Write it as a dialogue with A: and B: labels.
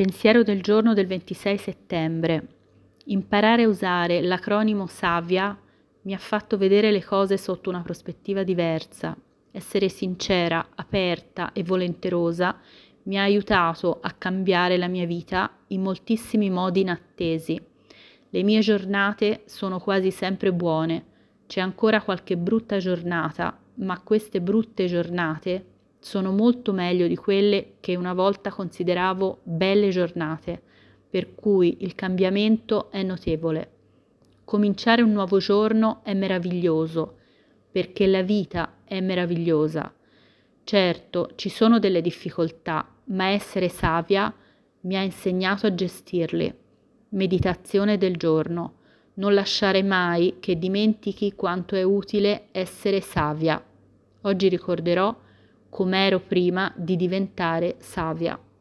A: Pensiero del giorno del 26 settembre. Imparare a usare l'acronimo SAVIA mi ha fatto vedere le cose sotto una prospettiva diversa. Essere sincera, aperta e volenterosa mi ha aiutato a cambiare la mia vita in moltissimi modi inattesi. Le mie giornate sono quasi sempre buone. C'è ancora qualche brutta giornata, ma queste brutte giornate sono molto meglio di quelle che una volta consideravo belle giornate, per cui il cambiamento è notevole. Cominciare un nuovo giorno è meraviglioso, perché la vita è meravigliosa. Certo, ci sono delle difficoltà, ma essere savia mi ha insegnato a gestirle. Meditazione del giorno. Non lasciare mai che dimentichi quanto è utile essere savia. Oggi ricorderò com'ero prima di diventare savia.